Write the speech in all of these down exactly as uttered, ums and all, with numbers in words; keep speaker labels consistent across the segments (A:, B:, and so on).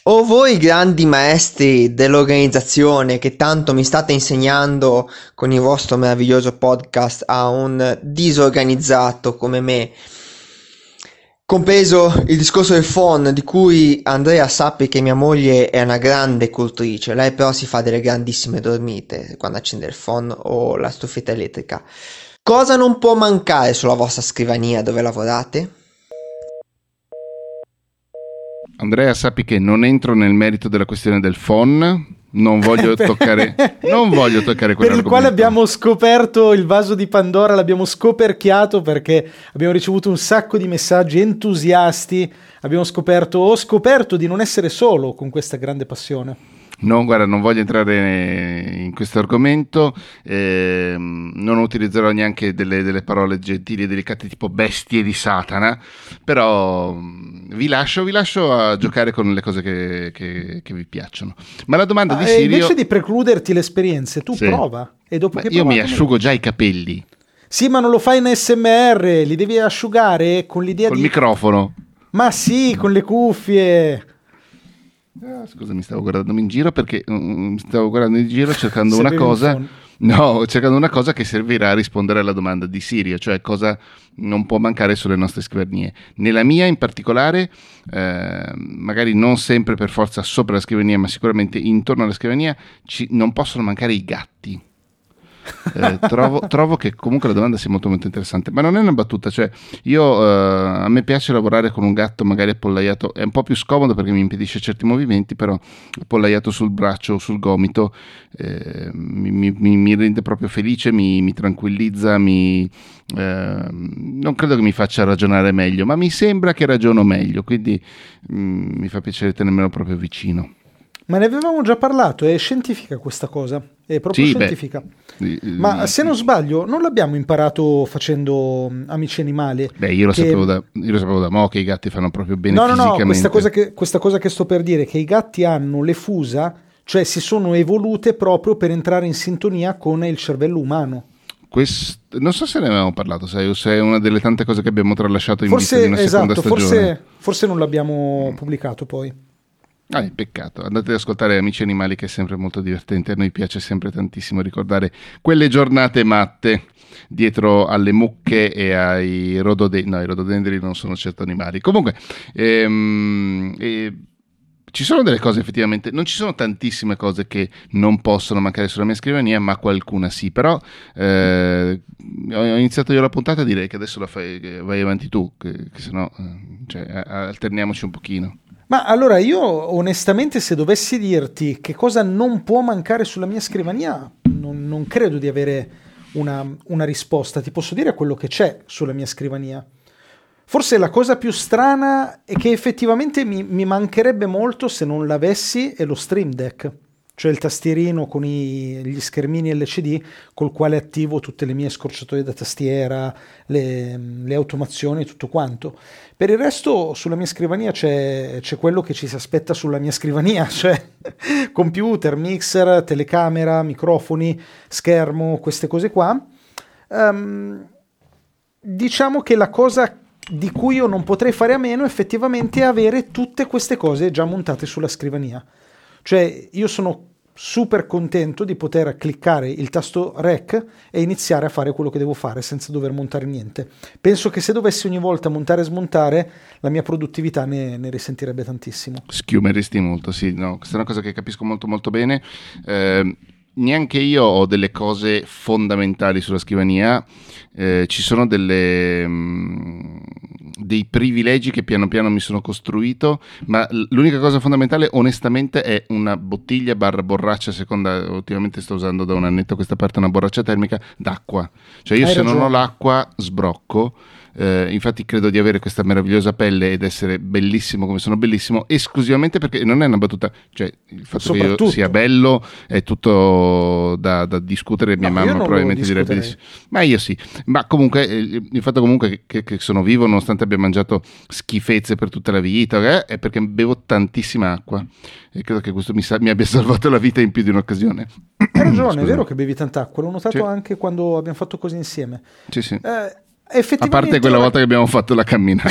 A: O voi grandi maestri dell'organizzazione che tanto mi state insegnando con il vostro meraviglioso podcast a un disorganizzato come me, compreso il discorso del phon, di cui Andrea sappi che mia moglie è una grande cultrice, lei però si fa delle grandissime dormite quando accende il phon o la stufetta elettrica. Cosa non può mancare sulla vostra scrivania dove lavorate?
B: Andrea, sappi che non entro nel merito della questione del phon, non voglio toccare non voglio toccare quell'argomento.
C: Per il quale abbiamo scoperto il vaso di Pandora, l'abbiamo scoperchiato perché abbiamo ricevuto un sacco di messaggi entusiasti, abbiamo scoperto, ho scoperto di non essere solo con questa grande passione.
B: No, guarda, non voglio entrare in questo argomento, eh, non utilizzerò neanche delle, delle parole gentili e delicate tipo bestie di Satana, però vi lascio, vi lascio a giocare con le cose che, che, che vi piacciono. Ma la domanda
C: ah,
B: di Sirio...
C: Invece di precluderti le esperienze, tu
B: sì.
C: prova. E dopo
B: ma
C: che
B: io mi
C: provato,
B: asciugo già i capelli.
C: Sì, ma non lo fai in A S M R, li devi asciugare con l'idea
B: Col
C: di...
B: microfono.
C: Ma sì, con le cuffie...
B: Ah, scusa, mi stavo guardando in giro perché mi stavo guardando in giro cercando una
C: Sapevi
B: cosa
C: un
B: no, cercando una cosa che servirà a rispondere alla domanda di Sirio, cioè cosa non può mancare sulle nostre scrivanie. Nella mia in particolare, eh, magari non sempre per forza sopra la scrivania, ma sicuramente intorno alla scrivania ci, non possono mancare i gatti. Eh, trovo, trovo che comunque la domanda sia molto molto interessante, ma non è una battuta, cioè io eh, a me piace lavorare con un gatto magari appollaiato, è un po' più scomodo perché mi impedisce certi movimenti, però appollaiato sul braccio o sul gomito eh, mi, mi, mi rende proprio felice, mi, mi tranquillizza, mi, eh, non credo che mi faccia ragionare meglio, ma mi sembra che ragiono meglio, quindi mh, mi fa piacere tenermelo proprio vicino.
C: Ma ne avevamo già parlato, è scientifica questa cosa, è proprio
B: sì,
C: scientifica.
B: Beh,
C: ma se non sbaglio, non l'abbiamo imparato facendo Amici Animali?
B: Beh, io lo,
C: che...
B: sapevo da, io lo sapevo da mo' che i gatti fanno proprio bene
C: no, no,
B: fisicamente.
C: No, questa cosa, che, questa cosa che sto per dire, che i gatti hanno le fusa, cioè si sono evolute proprio per entrare in sintonia con il cervello umano.
B: Quest... Non so se ne avevamo parlato, sai, o se è una delle tante cose che abbiamo tralasciato in
C: forse,
B: vista di una
C: esatto,
B: seconda stagione.
C: Forse, forse non l'abbiamo mm. pubblicato poi.
B: Ah, peccato, andate ad ascoltare Amici Animali che è sempre molto divertente, a noi piace sempre tantissimo ricordare quelle giornate matte dietro alle mucche e ai rododendri, no i rododendri non sono certo animali, comunque ehm, eh, ci sono delle cose effettivamente, non ci sono tantissime cose che non possono mancare sulla mia scrivania, ma qualcuna sì, però eh, ho iniziato io la puntata, direi che adesso la fai, vai avanti tu, che, che sennò eh, cioè, alterniamoci un pochino.
C: Ma allora io onestamente se dovessi dirti che cosa non può mancare sulla mia scrivania, non, non credo di avere una, una risposta, ti posso dire quello che c'è sulla mia scrivania. Forse la cosa più strana è che effettivamente mi, mi mancherebbe molto se non l'avessi è lo Stream Deck, cioè il tastierino con i, gli schermini L C D col quale attivo tutte le mie scorciatoie da tastiera, le, le automazioni, tutto quanto. Per il resto sulla mia scrivania c'è, c'è quello che ci si aspetta sulla mia scrivania, cioè computer, mixer, telecamera, microfoni, schermo, queste cose qua. Um, diciamo che la cosa di cui io non potrei fare a meno effettivamente è avere tutte queste cose già montate sulla scrivania. Cioè io sono super contento di poter cliccare il tasto Rec e iniziare a fare quello che devo fare senza dover montare niente. Penso che se dovessi ogni volta montare e smontare la mia produttività ne, ne risentirebbe tantissimo.
B: Schiumeresti molto, sì, no, questa è una cosa che capisco molto molto bene. Eh, neanche io ho delle cose fondamentali sulla scrivania, eh, ci sono delle mh, dei privilegi che piano piano mi sono costruito, ma l'unica cosa fondamentale onestamente è una bottiglia barra borraccia, seconda, ultimamente sto usando da un annetto a questa parte una borraccia termica d'acqua, cioè io Hai se ragione. non ho l'acqua sbrocco. Uh, infatti credo di avere questa meravigliosa pelle ed essere bellissimo come sono bellissimo esclusivamente perché non è una battuta, cioè il fatto che io sia bello è tutto da, da discutere, mia no, mamma probabilmente direbbe di... ma io sì, ma comunque il, il fatto comunque che, che sono vivo nonostante abbia mangiato schifezze per tutta la vita eh, è perché bevo tantissima acqua e credo che questo mi, sa, mi abbia salvato la vita in più di un'occasione.
C: Hai ragione, è vero che bevi tanta acqua, l'ho notato sì. anche quando abbiamo fatto cose insieme.
B: Sì, sì.
C: Eh,
B: A parte quella volta che abbiamo fatto la camminata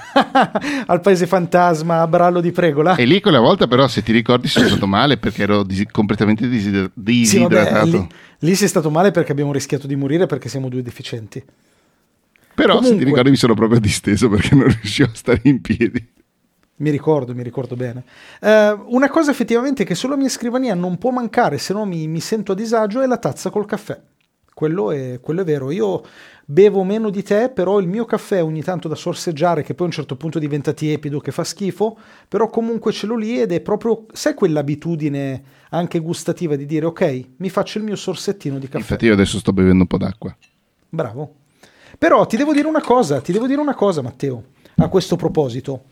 C: al paese fantasma a Brallo di Pregola,
B: e lì quella volta però, se ti ricordi, sono stato male perché ero dis- completamente disid- disidratato.
C: Sì, vabbè, lì, lì sei stato male perché abbiamo rischiato di morire perché siamo due deficienti.
B: Però
C: Comunque,
B: se ti ricordi mi sono proprio disteso perché non riuscivo a stare in piedi.
C: Mi ricordo, mi ricordo bene. Uh, una cosa effettivamente che sulla mia scrivania non può mancare, se no mi, mi sento a disagio, è la tazza col caffè. Quello è, quello è vero. Io bevo meno di te, però il mio caffè ogni tanto da sorseggiare, che poi a un certo punto diventa tiepido, che fa schifo, però comunque ce l'ho lì ed è proprio, sai, quell'abitudine anche gustativa di dire ok, mi faccio il mio sorsettino di caffè.
B: Infatti io adesso sto bevendo un po' d'acqua.
C: Bravo. Però ti devo dire una cosa, ti devo dire una cosa, Matteo, a questo proposito.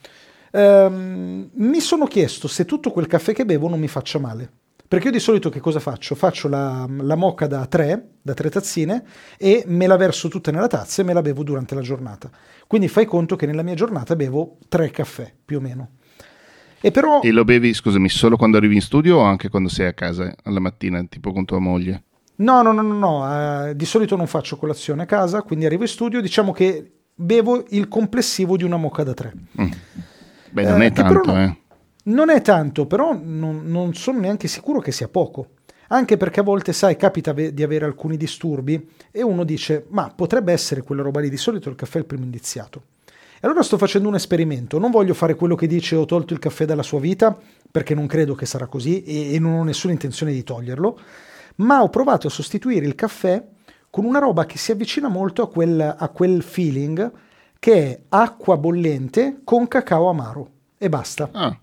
C: Um, mi sono chiesto se tutto quel caffè che bevo non mi faccia male. Perché io di solito che cosa faccio? Faccio la, la moka da tre, da tre tazzine, e me la verso tutta nella tazza e me la bevo durante la giornata. Quindi fai conto che nella mia giornata bevo tre caffè, più o meno. E però...
B: E lo bevi, scusami, solo quando arrivi in studio o anche quando sei a casa alla mattina, tipo con tua moglie?
C: No, no, no, no, no. Uh, di solito non faccio colazione a casa, quindi arrivo in studio, diciamo che bevo il complessivo di una moka da tre.
B: Mm. Beh, non eh, è tanto,
C: non,
B: eh.
C: Non è tanto, però non, non sono neanche sicuro che sia poco. Anche perché a volte, sai, capita di avere alcuni disturbi e uno dice, ma potrebbe essere quella roba lì, di solito il caffè è il primo indiziato. E allora sto facendo un esperimento, non voglio fare quello che dice ho tolto il caffè dalla sua vita, perché non credo che sarà così e, e non ho nessuna intenzione di toglierlo, ma ho provato a sostituire il caffè con una roba che si avvicina molto a quel, a quel feeling che è acqua bollente con cacao amaro e basta.
B: Ah.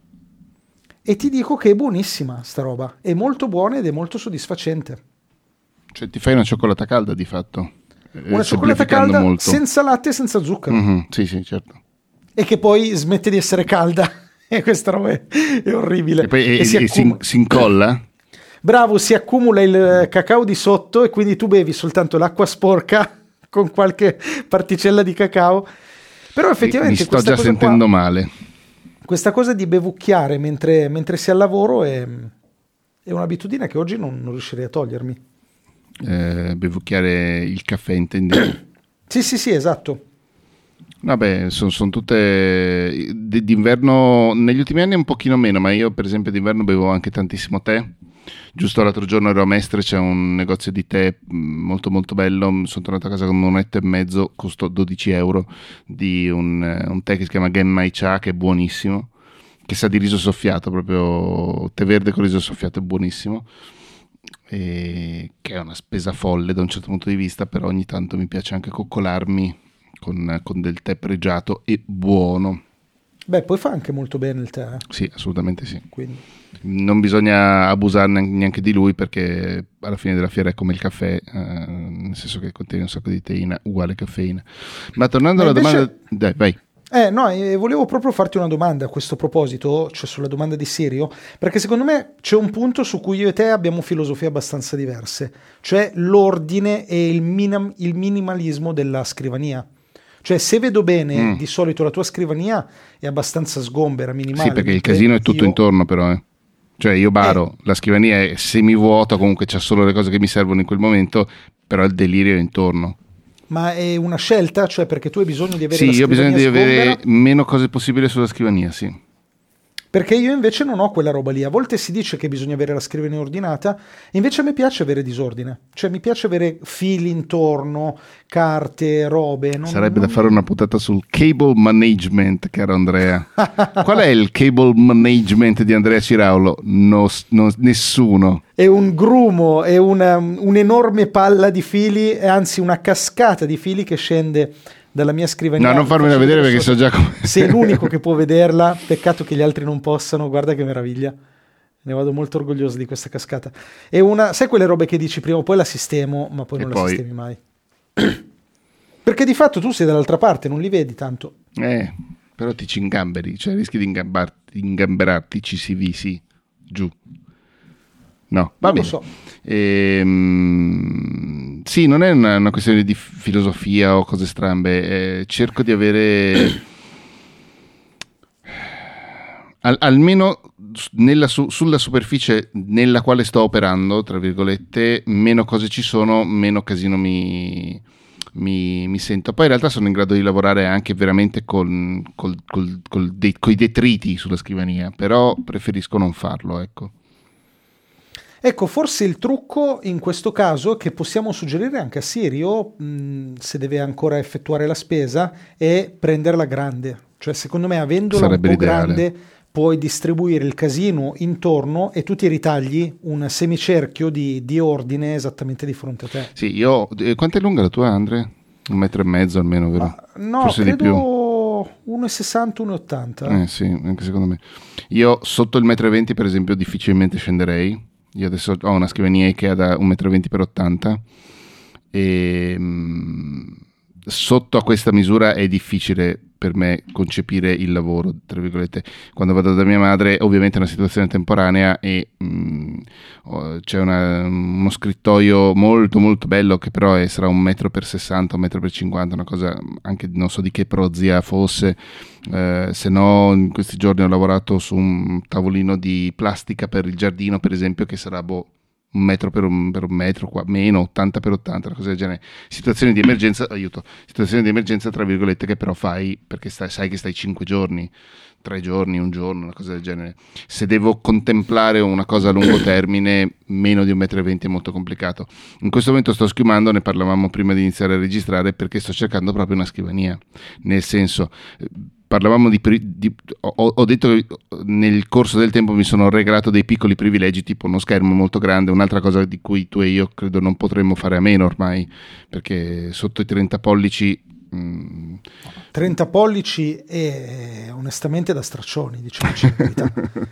C: E ti dico che è buonissima sta roba, è molto buona ed è molto soddisfacente.
B: Cioè ti fai una cioccolata calda di fatto?
C: Una cioccolata calda molto. Senza latte e senza zucchero.
B: Mm-hmm. Sì, sì, certo.
C: E che poi smette di essere calda. E questa roba è, è orribile.
B: E poi
C: e
B: e,
C: si,
B: e si, si incolla?
C: Bravo, si accumula il cacao di sotto e quindi tu bevi soltanto l'acqua sporca con qualche particella di cacao. Però effettivamente
B: mi sto già sentendo
C: qua,
B: male.
C: Questa cosa di bevucchiare mentre, mentre si è al lavoro è, è un'abitudine che oggi non, non riuscirei a togliermi.
B: Eh, bevucchiare il caffè, intendi?
C: Sì, sì, sì, esatto.
B: Vabbè, sono son tutte d- d'inverno, negli ultimi anni un pochino meno, ma io per esempio d'inverno bevo anche tantissimo tè. Giusto l'altro giorno ero a Mestre, c'è un negozio di tè molto molto bello, sono tornato a casa con un etto e mezzo, costò dodici euro, di un, un tè che si chiama Genmai Cha, che è buonissimo, che sa di riso soffiato, proprio tè verde con riso soffiato, è buonissimo, e che è una spesa folle da un certo punto di vista, però ogni tanto mi piace anche coccolarmi con, con del tè pregiato e buono.
C: Beh, poi fa anche molto bene il tè. Eh?
B: Sì, assolutamente sì.
C: Quindi.
B: Non bisogna abusarne neanche di lui, perché alla fine della fiera è come il caffè, eh, nel senso che contiene un sacco di teina uguale caffeina. Ma tornando Ma alla invece... domanda, dai, vai.
C: Eh, no, eh, volevo proprio farti una domanda a questo proposito, cioè sulla domanda di Sirio, perché secondo me c'è un punto su cui io e te abbiamo filosofie abbastanza diverse, cioè l'ordine e il, minim- il minimalismo della scrivania. Cioè, se vedo bene, mm. di solito la tua scrivania è abbastanza sgombera, minimale.
B: Sì, perché il casino è tutto
C: io...
B: intorno, però, eh. Cioè, io baro, eh. la scrivania è semivuota, comunque c'ha solo le cose che mi servono in quel momento, però il delirio è intorno.
C: Ma è una scelta? Cioè, perché tu hai bisogno di avere
B: sì,
C: la
B: scrivania Sì, io ho bisogno
C: sgombera?
B: di avere meno cose possibili sulla scrivania, sì.
C: Perché io invece non ho quella roba lì. A volte si dice che bisogna avere la scrivania ordinata, invece a me piace avere disordine. Cioè mi piace avere fili intorno, carte, robe. Non,
B: Sarebbe
C: non...
B: da fare una puntata sul cable management, caro Andrea. Qual è il cable management di Andrea Ciraulo? No, no, nessuno.
C: È un grumo, è una, un'enorme palla di fili, è anzi una cascata di fili che scende dalla mia scrivania.
B: No, non farmela vedere perché so già come...
C: Sei l'unico che può vederla, peccato che gli altri non possano, guarda che meraviglia. Ne vado molto orgoglioso di questa cascata. È una, sai quelle robe che dici prima o poi la sistemo, ma poi
B: e
C: non
B: poi...
C: la sistemi mai. Perché di fatto tu sei dall'altra parte, non li vedi tanto.
B: Eh, però ti ci ingamberi, cioè rischi di ingambarti, ingamberarti, ci si visi, giù. No, va
C: non
B: bene.
C: Lo so.
B: Ehm, sì, non è una, una questione di filosofia o cose strambe. Eh, cerco di avere al, almeno nella, su, sulla superficie nella quale sto operando, tra virgolette, meno cose ci sono, meno casino mi, mi, mi sento. Poi in realtà sono in grado di lavorare anche veramente con col, col, col de, coi detriti sulla scrivania, però preferisco non farlo, ecco.
C: Ecco, forse il trucco in questo caso che possiamo suggerire anche a Sirio, mh, se deve ancora effettuare la spesa, è prenderla grande. Cioè, secondo me, avendola
B: Sarebbe
C: un po'
B: l'ideale.
C: grande, puoi distribuire il casino intorno e tu ti ritagli un semicerchio di, di ordine esattamente di fronte a te.
B: Sì, io... Eh, quanto è lunga la tua, Andre? Un metro e mezzo almeno, vero?
C: Ma, no,
B: Forse
C: credo
B: di più.
C: uno e sessanta, uno e ottanta.
B: Eh sì, anche secondo me. Io sotto il metro e venti, per esempio, difficilmente scenderei. Io adesso ho una scrivania Ikea da un metro e venti per ottanta e mh, sotto a questa misura è difficile per me concepire il lavoro, tra virgolette. Quando vado da mia madre, ovviamente è una situazione temporanea e mh, c'è una, uno scrittoio molto molto bello che però è, sarà un metro per sessanta, un metro per cinquanta, una cosa anche non so di che prozia fosse. Eh, se no in questi giorni ho lavorato su un tavolino di plastica per il giardino, per esempio, che sarà boh, un metro per un, per un metro, qua, meno ottanta per ottanta, una cosa del genere. Situazioni di emergenza, aiuto, situazioni di emergenza tra virgolette che però fai perché stai, sai che stai cinque giorni, tre giorni, un giorno, una cosa del genere. Se devo contemplare una cosa a lungo termine, meno di un metro e venti è molto complicato. In questo momento sto schiumando, ne parlavamo prima di iniziare a registrare, perché sto cercando proprio una scrivania, nel senso... Parlavamo di, di ho, ho detto che nel corso del tempo mi sono regalato dei piccoli privilegi, tipo uno schermo molto grande, un'altra cosa di cui tu e io credo non potremmo fare a meno ormai, perché sotto i trenta pollici mh...
C: trenta pollici è onestamente da straccioni, diciamoci la verità.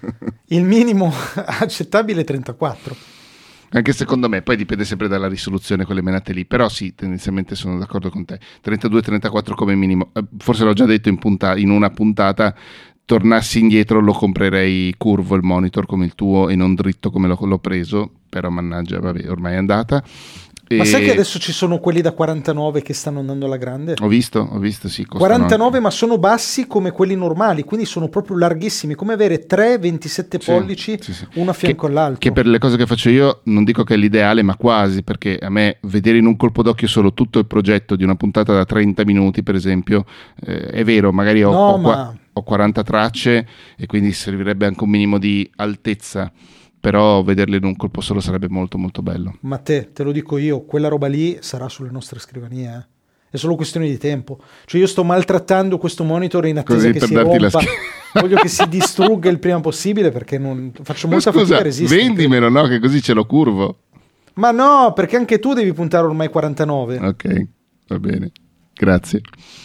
C: Il minimo accettabile è trentaquattro.
B: Anche secondo me, poi dipende sempre dalla risoluzione quelle menate lì, però sì, tendenzialmente sono d'accordo con te. trentadue trentaquattro come minimo, forse l'ho già detto in, punta- in una puntata, tornassi indietro lo comprerei curvo il monitor come il tuo e non dritto come l'ho, l'ho preso, però mannaggia, vabbè, ormai è andata.
C: Ma
B: e...
C: sai che adesso ci sono quelli da quarantanove che stanno andando alla grande?
B: Ho visto, ho visto, sì.
C: quarantanove
B: anche.
C: Ma sono bassi come quelli normali, quindi sono proprio larghissimi, come avere tre ventisette sì, pollici, sì, sì. uno a fianco
B: che,
C: all'altro.
B: Che per le cose che faccio io non dico che è l'ideale, ma quasi, perché a me vedere in un colpo d'occhio solo tutto il progetto di una puntata da trenta minuti, per esempio, eh, è vero, magari ho,
C: no,
B: ho,
C: ma...
B: ho quaranta tracce e quindi servirebbe anche un minimo di altezza. Però vederle in un colpo solo sarebbe molto molto bello.
C: Ma te, te lo dico io, quella roba lì sarà sulle nostre scrivanie, eh? È solo questione di tempo. Cioè io sto maltrattando questo monitor in attesa
B: Così
C: che
B: per
C: si
B: darti
C: rompa.
B: La
C: Voglio che si distrugga il prima possibile perché non faccio molta
B: scusa,
C: fatica a resistere.
B: Vendimelo, no? Che così ce lo curvo.
C: Ma no, perché anche tu devi puntare ormai quarantanove.
B: Ok, va bene. Grazie.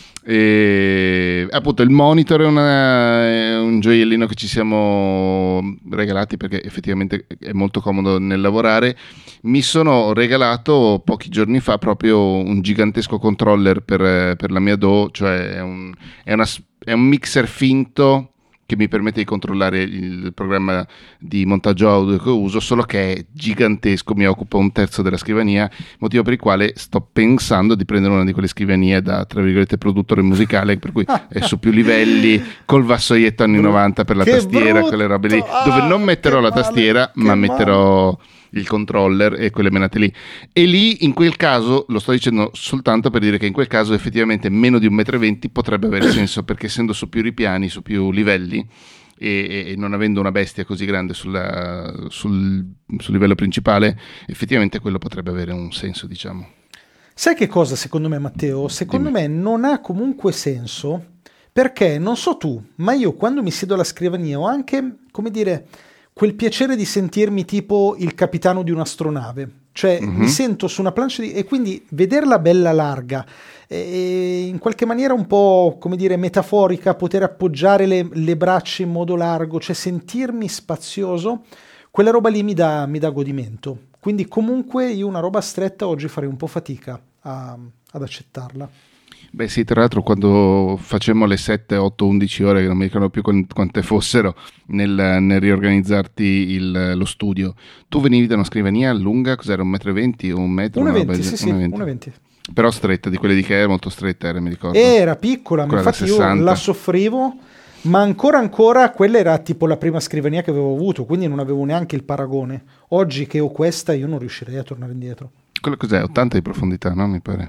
B: E appunto il monitor è, una, è un gioiellino che ci siamo regalati perché effettivamente è molto comodo nel lavorare. Mi sono regalato pochi giorni fa proprio un gigantesco controller per, per la mia D A W, cioè è un, è, una, è un mixer finto che mi permette di controllare il programma di montaggio audio che uso, solo che è gigantesco, mi occupa un terzo della scrivania, motivo per il quale sto pensando di prendere una di quelle scrivanie da, tra virgolette, produttore musicale, per cui è su più livelli, col vassoietto anni novanta per la
C: che
B: tastiera,
C: brutto!
B: quelle robe lì, dove non metterò la tastiera, ma
C: male.
B: metterò il controller e quelle menate lì. E lì, in quel caso, lo sto dicendo soltanto per dire che in quel caso effettivamente meno di un metro e venti potrebbe avere senso, perché essendo su più ripiani, su più livelli e, e non avendo una bestia così grande sulla, sul, sul livello principale, effettivamente quello potrebbe avere un senso, diciamo.
C: Sai che cosa secondo me, Matteo? Secondo Dimmi. me non ha comunque senso, perché non so tu, ma io quando mi siedo alla scrivania ho anche, come dire, quel piacere di sentirmi tipo il capitano di un'astronave, cioè mm-hmm. mi sento su una plancia di... e quindi vederla bella larga e in qualche maniera un po', come dire, metaforica, poter appoggiare le, le braccia in modo largo, cioè sentirmi spazioso, quella roba lì mi dà, mi dà godimento. Quindi comunque io una roba stretta oggi farei un po' fatica a, ad accettarla.
B: Beh sì, tra l'altro quando facemmo le sette, otto, undici ore, che non mi ricordo più quante fossero, nel, nel riorganizzarti il, lo studio, tu venivi da una scrivania lunga, cos'era, un metro e venti o un metro?
C: uno e venti, sì sì, uno e venti.
B: Però stretta, di quelle di che era molto stretta, era, mi ricordo.
C: Era piccola, ma infatti io la soffrivo, ma ancora ancora quella era tipo la prima scrivania che avevo avuto, quindi non avevo neanche il paragone. Oggi che ho questa io non riuscirei a tornare indietro.
B: Quello cos'è? ottanta di profondità, no? Mi pare.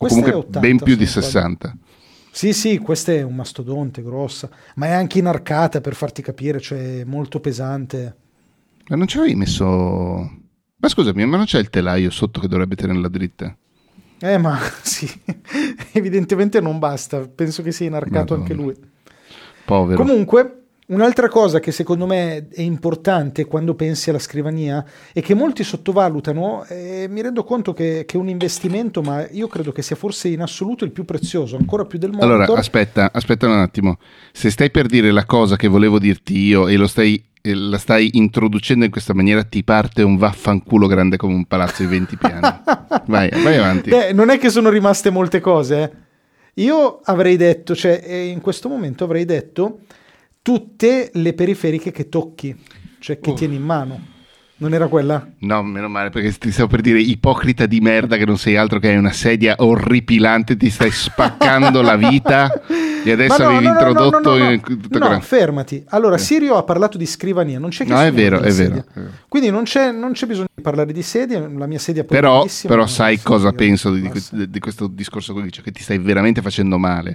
B: O comunque ottanta, ben più di sessanta.
C: Sì, sì, questa è un mastodonte grossa, ma è anche inarcata per farti capire, cioè molto pesante.
B: Ma non ci avevi messo... Ma scusami, ma non c'è il telaio sotto che dovrebbe tenerla dritta?
C: Eh, ma sì, evidentemente non basta, penso che sia inarcato Madonna. Anche lui.
B: Povero.
C: Comunque... Un'altra cosa che secondo me è importante quando pensi alla scrivania e che molti sottovalutano, e mi rendo conto che, che è un investimento, ma io credo che sia forse in assoluto il più prezioso, ancora più del monitor.
B: Allora, aspetta, aspetta un attimo. Se stai per dire la cosa che volevo dirti io e lo stai, e la stai introducendo in questa maniera, ti parte un vaffanculo grande come un palazzo di venti piani. Vai, vai avanti.
C: Beh, non è che sono rimaste molte cose. Eh. Io avrei detto, cioè in questo momento avrei detto... tutte le periferiche che tocchi, cioè che uh. tieni in mano. Non era quella?
B: No, meno male, perché ti stavo per dire ipocrita di merda che non sei altro che hai una sedia orripilante, ti stai spaccando la vita e adesso no, avevi no, introdotto no, no, no, no. Tutta
C: no
B: quella...
C: fermati. Allora, Sirio ha parlato di scrivania, non c'è che
B: No, è vero, è vero, è vero.
C: Quindi non c'è, non c'è bisogno di parlare di sedia, la mia sedia poi
B: però,
C: è bellissima.
B: Però sai cosa io, penso di, di, di questo discorso qui, cioè che ti stai veramente facendo male.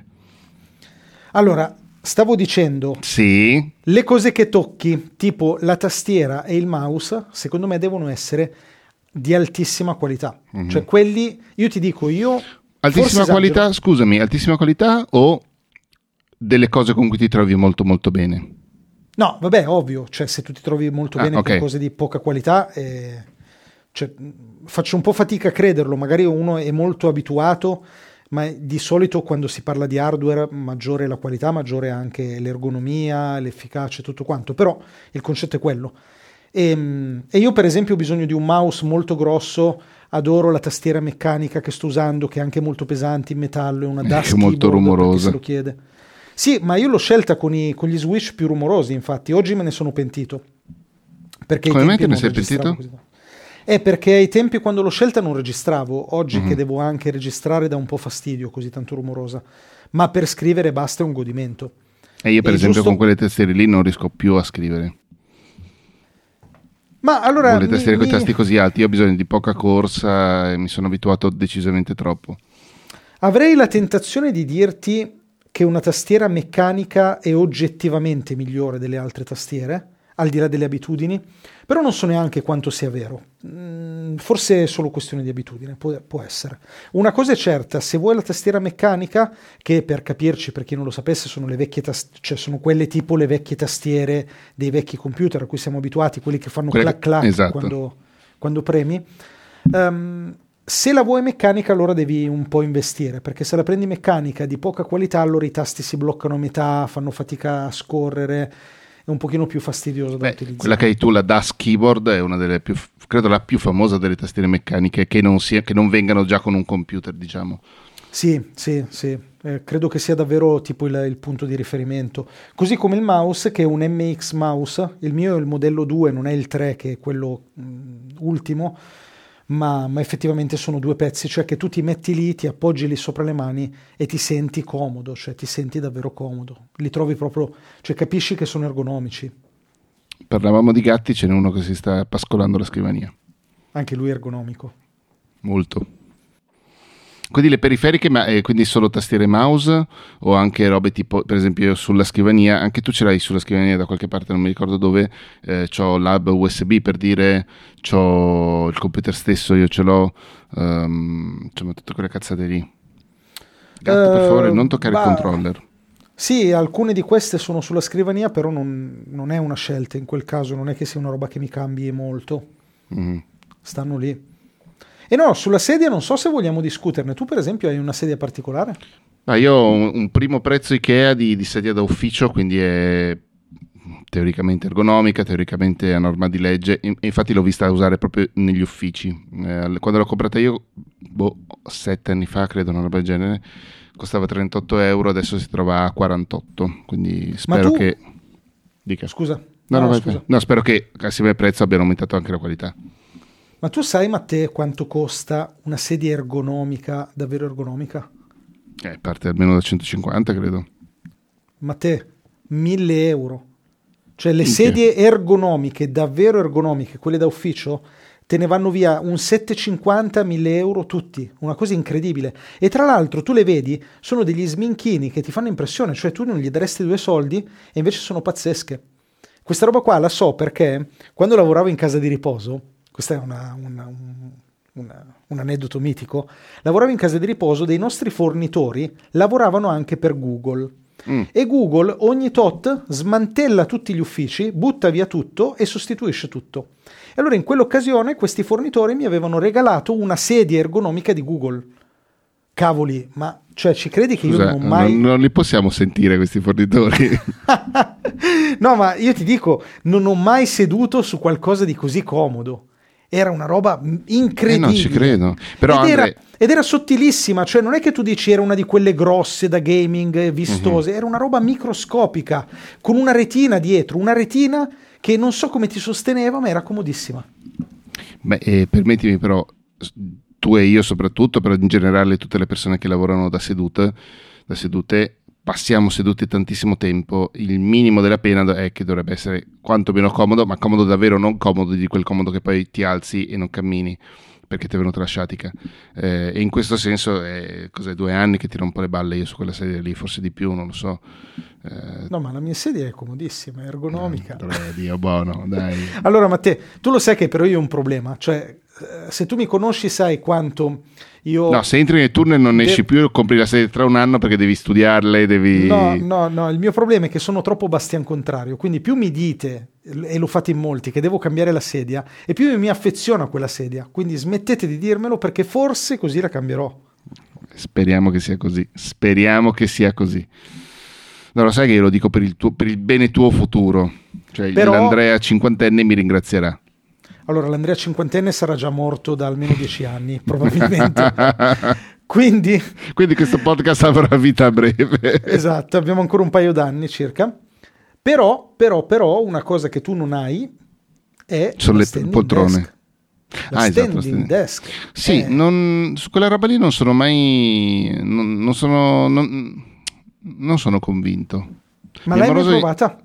C: Allora, stavo dicendo,
B: sì.
C: Le cose che tocchi, tipo la tastiera e il mouse, secondo me devono essere di altissima qualità. Mm-hmm. Cioè quelli, io ti dico, io...
B: Altissima qualità, esagero. Scusami, altissima qualità o delle cose con cui ti trovi molto molto bene?
C: No, vabbè, ovvio, cioè se tu ti trovi molto
B: ah,
C: bene
B: okay.
C: con cose di poca qualità, eh, cioè, faccio un po' fatica a crederlo, magari uno è molto abituato, ma di solito quando si parla di hardware maggiore è la qualità, maggiore anche l'ergonomia, l'efficacia, tutto quanto, però il concetto è quello. E, e io per esempio ho bisogno di un mouse molto grosso, adoro la tastiera meccanica che sto usando, che è anche molto pesante in metallo, è una dust
B: è molto rumorosa.
C: Se lo chiede. Sì, ma io l'ho scelta con, i, con gli switch più rumorosi, infatti oggi me ne sono pentito. Perché
B: come mai te ne sei pentito?
C: Così. È perché ai tempi quando l'ho scelta non registravo, oggi mm-hmm. che devo anche registrare dà un po' fastidio così tanto rumorosa, ma per scrivere basta, è un godimento.
B: E io per
C: e
B: esempio
C: giusto...
B: con quelle tastiere lì non riesco più a scrivere.
C: Ma allora...
B: Con le tastiere
C: mi,
B: con i tasti così alti, io ho bisogno di poca corsa e mi sono abituato decisamente troppo.
C: Avrei la tentazione di dirti che una tastiera meccanica è oggettivamente migliore delle altre tastiere, al di là delle abitudini, però non so neanche quanto sia vero. Forse è solo questione di abitudine, può, può essere. Una cosa è certa, se vuoi la tastiera meccanica, che per capirci, per chi non lo sapesse, sono le vecchie tastiere, cioè sono quelle tipo le vecchie tastiere dei vecchi computer a cui siamo abituati, quelli che fanno
B: Quelle...
C: clac clac
B: esatto.
C: quando, quando premi. Um, se la vuoi meccanica allora devi un po' investire, perché se la prendi meccanica di poca qualità allora i tasti si bloccano a metà, fanno fatica a scorrere, è un pochino più fastidioso da
B: Beh,
C: utilizzare.
B: Quella che hai tu, la D A S Keyboard, è una delle più, credo la più famosa delle tastiere meccaniche che non, sia, che non vengano già con un computer, diciamo.
C: Sì, sì, sì, eh, credo che sia davvero tipo il, il punto di riferimento. Così come il mouse, che è un M X mouse, il mio è il modello due, non è il tre che è quello mh, ultimo, ma, ma effettivamente sono due pezzi, cioè che tu ti metti lì, ti appoggi lì sopra le mani e ti senti comodo, cioè ti senti davvero comodo, li trovi proprio, cioè capisci che sono ergonomici.
B: Parlavamo di gatti, ce n'è uno che si sta pascolando la scrivania.
C: Anche lui è ergonomico.
B: Molto. Quindi le periferiche, ma eh, quindi solo tastiere e mouse o anche robe tipo, per esempio sulla scrivania, anche tu ce l'hai sulla scrivania da qualche parte, non mi ricordo dove, eh, c'ho l'hub U S B per dire, c'ho il computer stesso, io ce l'ho, um, insomma tutte quelle cazzate lì. Gatto, uh, per favore non toccare bah, il controller.
C: Sì, alcune di queste sono sulla scrivania, però non, non è una scelta in quel caso, non è che sia una roba che mi cambi molto, mm. stanno lì. E no, sulla sedia non so se vogliamo discuterne. Tu per esempio hai una sedia particolare?
B: Ah, io ho un, un primo prezzo Ikea di, di sedia da ufficio, quindi è teoricamente ergonomica, teoricamente a norma di legge, e infatti l'ho vista usare proprio negli uffici. Eh, quando l'ho comprata io, boh, sette anni fa credo, una roba del genere, costava trentotto euro, adesso si trova a quarantotto, quindi spero tu... che... Dica.
C: Scusa.
B: No,
C: no,
B: no,
C: scusa.
B: no, spero che assieme al prezzo abbiano aumentato anche la qualità.
C: Ma tu sai, Matteo, quanto costa una sedia ergonomica, davvero ergonomica?
B: Eh, parte almeno da centocinquanta, credo.
C: Matteo, mille euro. Cioè le
B: Minchia.
C: sedie ergonomiche, davvero ergonomiche, quelle da ufficio, te ne vanno via un settecentocinquanta mille euro tutti, una cosa incredibile. E tra l'altro tu le vedi, sono degli sminchini che ti fanno impressione, cioè tu non gli daresti due soldi e invece sono pazzesche. Questa roba qua la so perché quando lavoravo in casa di riposo, questo è una, una, un, una, un aneddoto mitico, lavoravo in casa di riposo, dei nostri fornitori lavoravano anche per Google. Mm. E Google ogni tot smantella tutti gli uffici, butta via tutto e sostituisce tutto. E allora in quell'occasione questi fornitori mi avevano regalato una sedia ergonomica di Google. Cavoli, ma cioè ci credi che Scusa, io non ho mai...
B: Non, non li possiamo sentire questi fornitori.
C: No, ma io ti dico, non ho mai seduto su qualcosa di così comodo. Era una roba incredibile.
B: Eh no, ci credo. Però
C: ed,
B: Andre...
C: era, ed era sottilissima, cioè non è che tu dici era una di quelle grosse da gaming, vistose, uh-huh. Era una roba microscopica, con una retina dietro, una retina che non so come ti sosteneva, ma era comodissima.
B: Beh, eh, permettimi però, tu e io soprattutto, però in generale tutte le persone che lavorano da sedute, da sedute passiamo seduti tantissimo tempo, il minimo della pena è che dovrebbe essere quanto meno comodo, ma comodo davvero, non comodo di quel comodo che poi ti alzi e non cammini perché ti è venuta la sciatica, eh, e in questo senso è cos'è, due anni che tiro un po' le balle io su quella sedia lì, forse di più, non lo so.
C: Eh, no, ma la mia sedia è comodissima, è ergonomica.
B: Eh, Dio buono, dai.
C: Allora Matteo, tu lo sai che però io ho un problema, cioè se tu mi conosci sai quanto io...
B: No, se entri nel tunnel non esci de- più, compri la sedia tra un anno perché devi studiarle, devi...
C: No, no, no, il mio problema è che sono troppo bastian contrario, quindi più mi dite, e lo fate in molti, che devo cambiare la sedia, e più mi affeziono a quella sedia, quindi smettete di dirmelo perché forse così la cambierò.
B: Speriamo che sia così, speriamo che sia così. No, lo sai che io lo dico per il, tuo, per il bene tuo futuro, cioè però... l'Andrea cinquantenne mi ringrazierà.
C: Allora, l'Andrea cinquantenne sarà già morto da almeno dieci anni, probabilmente. Quindi...
B: Quindi questo podcast avrà vita breve.
C: Esatto, abbiamo ancora un paio d'anni circa. Però, però, però, una cosa che tu non hai è
B: sono le poltrone.
C: Desk. La
B: ah,
C: standing
B: esatto,
C: desk.
B: Sì,
C: eh.
B: non, su quella roba lì non sono mai... Non, non sono... Non, non sono convinto.
C: Ma l'hai mai provata?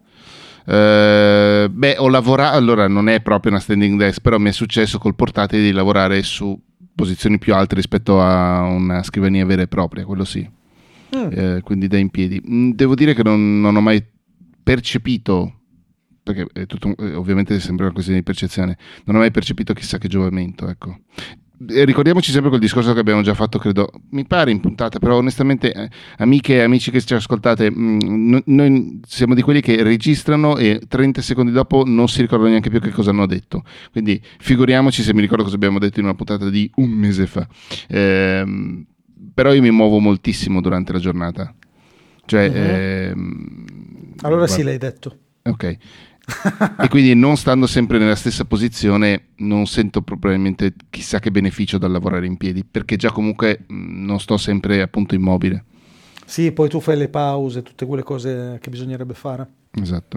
B: Uh, beh, ho lavorato, allora non è proprio una standing desk, però mi è successo col portatile di lavorare su posizioni più alte rispetto a una scrivania vera e propria, quello sì. Mm. Uh, quindi da in piedi. Devo dire che non, non ho mai percepito, perché è tutto, ovviamente è sempre una questione di percezione, non ho mai percepito chissà che giovamento, ecco. Ricordiamoci sempre quel discorso che abbiamo già fatto, credo, mi pare in puntata, però onestamente eh, amiche e amici che ci ascoltate, mh, noi siamo di quelli che registrano e trenta secondi dopo non si ricordano neanche più che cosa hanno detto, quindi figuriamoci se mi ricordo cosa abbiamo detto in una puntata di un mese fa. Eh, però io mi muovo moltissimo durante la giornata, cioè uh-huh. ehm,
C: allora guarda, sì, l'hai detto,
B: ok. E quindi non stando sempre nella stessa posizione non sento probabilmente chissà che beneficio dal lavorare in piedi, perché già comunque non sto sempre appunto immobile.
C: Sì, poi tu fai le pause, tutte quelle cose che bisognerebbe fare.
B: Esatto.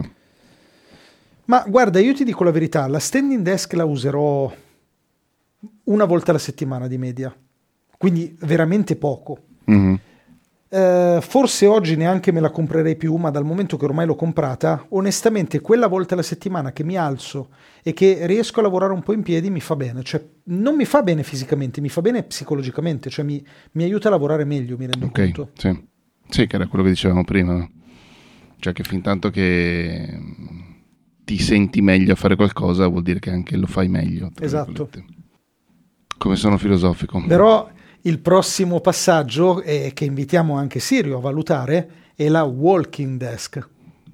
C: Ma guarda, io ti dico la verità, la standing desk la userò una volta alla settimana di media, quindi veramente poco. Mm-hmm. Uh, forse oggi neanche me la comprerei più, ma dal momento che ormai l'ho comprata, onestamente quella volta alla settimana che mi alzo e che riesco a lavorare un po' in piedi mi fa bene, cioè non mi fa bene fisicamente, mi fa bene psicologicamente, cioè mi, mi aiuta a lavorare meglio, mi rendo
B: okay,
C: conto.
B: Sì. Sì, che era quello che dicevamo prima, no? Cioè che fin tanto che ti senti meglio a fare qualcosa vuol dire che anche lo fai meglio.
C: Esatto.
B: Come sono filosofico.
C: Però il prossimo passaggio, eh, che invitiamo anche Sirio a valutare, è la walking desk.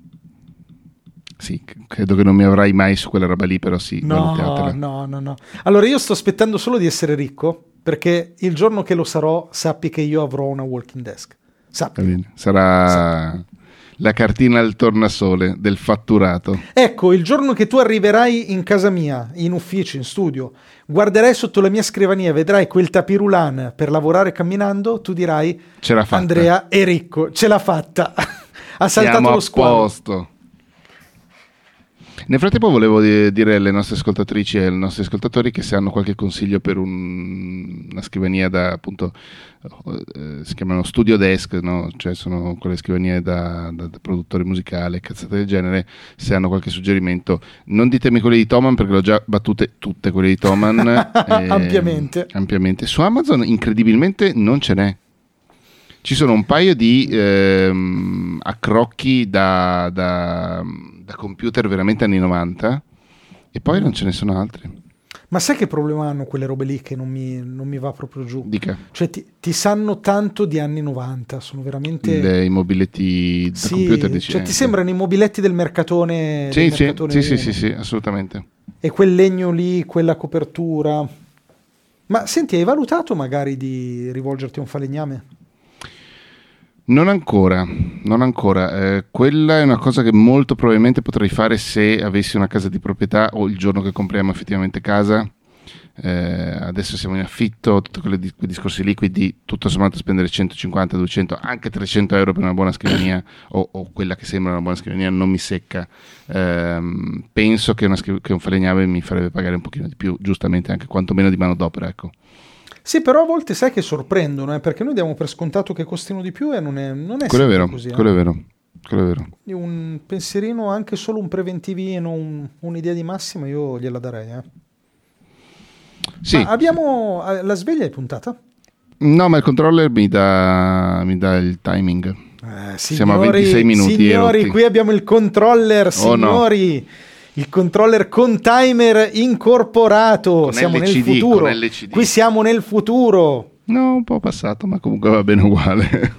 B: Sì, credo che non mi avrai mai su quella roba lì, però sì,
C: no,
B: valutatela.
C: No, no, no. Allora io sto aspettando solo di essere ricco, perché il giorno che lo sarò, sappi che io avrò una walking desk. Sappi.
B: Bene. Sarà sappi. La cartina al tornasole del fatturato.
C: Ecco, il giorno che tu arriverai in casa mia, in ufficio, in studio, guarderai sotto la mia scrivania, vedrai quel tapirulan per lavorare camminando, tu dirai:
B: ce l'ha fatta.
C: Andrea è ricco, ce l'ha fatta. Ha saltato
B: Siamo
C: lo squalo.
B: a posto. Nel frattempo volevo dire alle nostre ascoltatrici e ai nostri ascoltatori che se hanno qualche consiglio per un, una scrivania da, appunto, eh, si chiamano studio desk, no? Cioè sono quelle scrivanie da, da, da produttore musicale, cazzate del genere, se hanno qualche suggerimento, non ditemi quelli di Thomann perché l'ho già battute tutte quelle di Thomann. eh,
C: ampiamente.
B: ampiamente. Su Amazon incredibilmente non ce n'è. Ci sono un paio di ehm, accrocchi da, da, da computer veramente anni novanta e poi non ce ne sono altri.
C: Ma sai che problema hanno quelle robe lì che non mi, non mi va proprio giù?
B: Dica.
C: Cioè ti, ti sanno tanto di anni novanta, sono veramente...
B: Le, I mobiletti da
C: sì,
B: computer dici,
C: cioè ti sembrano i mobiletti del mercatone.
B: Sì,
C: del
B: sì,
C: mercatone
B: sì, sì, sì, sì, assolutamente.
C: E quel legno lì, quella copertura. Ma senti, hai valutato magari di rivolgerti a un falegname?
B: Non ancora, non ancora. Eh, quella è una cosa che molto probabilmente potrei fare se avessi una casa di proprietà o il giorno che compriamo effettivamente casa. Eh, adesso siamo in affitto, tutti quei, quei discorsi lì, quindi tutto sommato spendere centocinquanta, duecento, anche trecento euro per una buona scrivania o, o quella che sembra una buona scrivania non mi secca. Eh, penso che, una, che un falegname mi farebbe pagare un pochino di più, giustamente anche quantomeno di manodopera, ecco.
C: Sì, però a volte sai che sorprendono, eh, perché noi diamo per scontato che costino di più e non è, non è
B: quello è vero,
C: così.
B: Quello
C: eh.
B: è vero, quello è vero.
C: Un pensierino, anche solo un preventivino, un, un'idea di massima, io gliela darei. Eh.
B: Sì.
C: Ma abbiamo... La sveglia è puntata?
B: No, ma il controller mi dà, mi dà il timing.
C: Eh, signori,
B: Siamo a ventisei minuti.
C: Signori, qui abbiamo il controller, signori.
B: Oh, no.
C: Il controller con timer incorporato.
B: Con
C: siamo
B: L C D,
C: nel futuro.
B: con L C D.
C: Qui siamo nel futuro.
B: No, un po' passato, ma comunque va bene uguale.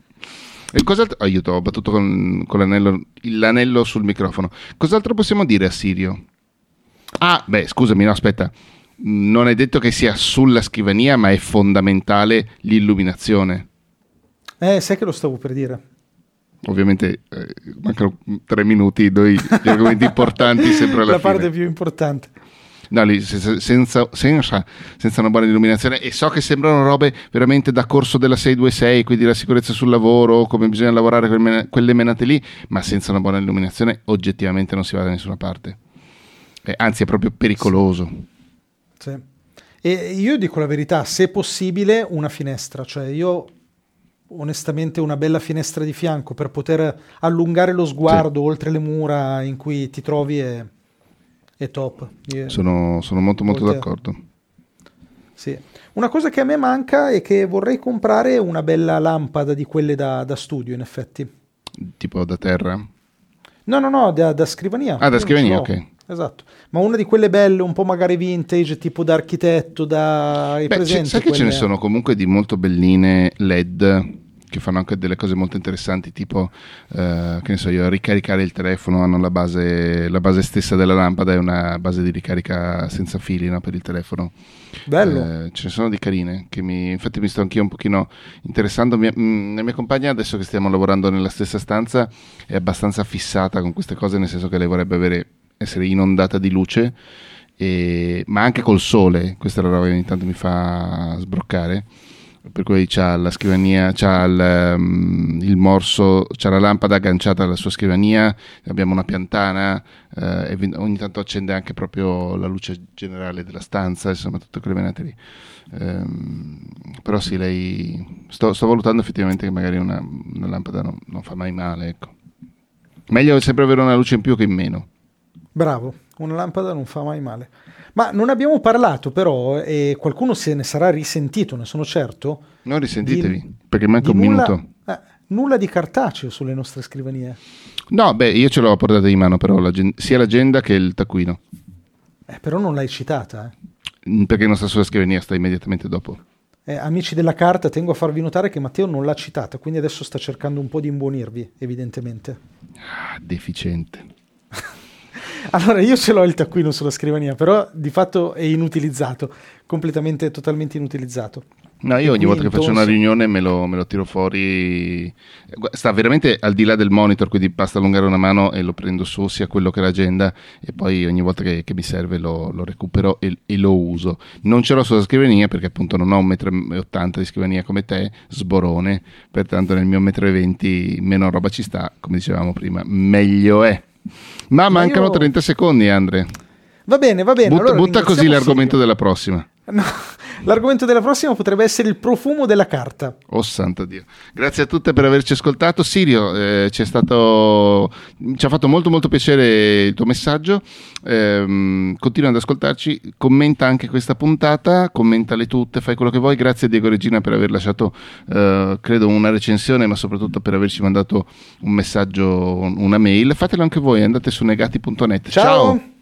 B: E cos'altro? Aiuto, ho battuto con, con l'anello, l'anello sul microfono. Cos'altro possiamo dire a Sirio? Ah, beh, scusami, no, aspetta. Non è detto che sia sulla scrivania, ma è fondamentale l'illuminazione.
C: Eh, sai che lo stavo per dire.
B: Ovviamente eh, mancano tre minuti, noi gli argomenti importanti sempre alla
C: La
B: fine.
C: parte più importante.
B: No, lì, senza, senza, senza, senza una buona illuminazione, e so che sembrano robe veramente da corso della sei due sei, quindi la sicurezza sul lavoro, come bisogna lavorare quelle, quelle menate lì, ma senza una buona illuminazione oggettivamente non si va da nessuna parte. Eh, anzi è proprio pericoloso.
C: Sì. E io dico la verità, se possibile una finestra, cioè io onestamente una bella finestra di fianco per poter allungare lo sguardo sì. oltre le mura in cui ti trovi è, è top. Io
B: sono, sono molto molto
C: volte...
B: d'accordo.
C: Sì. Una cosa che a me manca è che vorrei comprare una bella lampada di quelle da, da studio, in effetti.
B: Tipo da terra?
C: No, no, no, da, da scrivania.
B: Ah, da scrivania, ok.
C: Esatto, ma una di quelle belle, un po' magari vintage, tipo da architetto, da...
B: Beh, presente, sai che quelle... ce ne sono comunque di molto belline L E D che fanno anche delle cose molto interessanti, tipo eh, che ne so io, ricaricare il telefono, hanno la base, la base stessa della lampada è una base di ricarica senza fili, no, per il telefono.
C: Bello.
B: Eh, ce ne sono di carine che mi, infatti mi sto anch'io un pochino interessando. Mia, mh, la mia compagna, adesso che stiamo lavorando nella stessa stanza, è abbastanza fissata con queste cose, nel senso che lei vorrebbe avere essere inondata di luce, e, ma anche col sole. Questa è la roba che ogni tanto mi fa sbroccare, per cui c'ha la scrivania, c'ha il, um, il morso, c'ha la lampada agganciata alla sua scrivania, abbiamo una piantana, eh, e ogni tanto accende anche proprio la luce generale della stanza, insomma tutte quelle menate lì. Um, però sì, lei sto, sto valutando effettivamente che magari una, una lampada non, non fa mai male, ecco. Meglio sempre avere una luce in più che in meno.
C: Bravo, una lampada non fa mai male. Ma non abbiamo parlato però, e qualcuno se ne sarà risentito, ne sono certo.
B: Non risentitevi, di, perché manca un
C: nulla,
B: minuto.
C: Eh, nulla di cartaceo sulle nostre scrivanie.
B: No, beh, io ce l'ho portata in mano però, sia l'agenda che il taccuino.
C: Eh, però non l'hai citata, eh.
B: Perché non sta sulla scrivania, sta immediatamente dopo.
C: Eh, amici della carta, tengo a farvi notare che Matteo non l'ha citata, quindi adesso sta cercando un po' di imbonirvi, evidentemente.
B: Ah, deficiente.
C: Allora, io ce l'ho il taccuino sulla scrivania, però di fatto è inutilizzato, completamente, totalmente inutilizzato.
B: No, io e ogni volta che faccio una riunione me lo, me lo tiro fuori, sta veramente al di là del monitor, quindi basta allungare una mano e lo prendo su, sia quello che l'agenda, e poi ogni volta che, che mi serve lo, lo recupero e, e lo uso. Non ce l'ho sulla scrivania perché appunto non ho un metro e ottanta di scrivania come te, sborone, pertanto nel mio metro e venti meno roba ci sta, come dicevamo prima, meglio è. Ma
C: Ma
B: mancano
C: io-
B: trenta secondi, Andre.
C: Va bene, va bene.
B: Butta,
C: allora
B: butta così
C: ringraziamo
B: l'argomento
C: Silvio.
B: della prossima.
C: No, l'argomento della prossima potrebbe essere il profumo della carta.
B: Oh santo Dio. Grazie a tutte per averci ascoltato. Sirio, eh, ci è stato ci ha fatto molto molto piacere il tuo messaggio. Ehm, continua ad ascoltarci, commenta anche questa puntata, commentale tutte, fai quello che vuoi. Grazie a Diego Regina per aver lasciato eh, credo una recensione, ma soprattutto per averci mandato un messaggio, una mail. Fatelo anche voi, andate su negati punto net.
C: Ciao.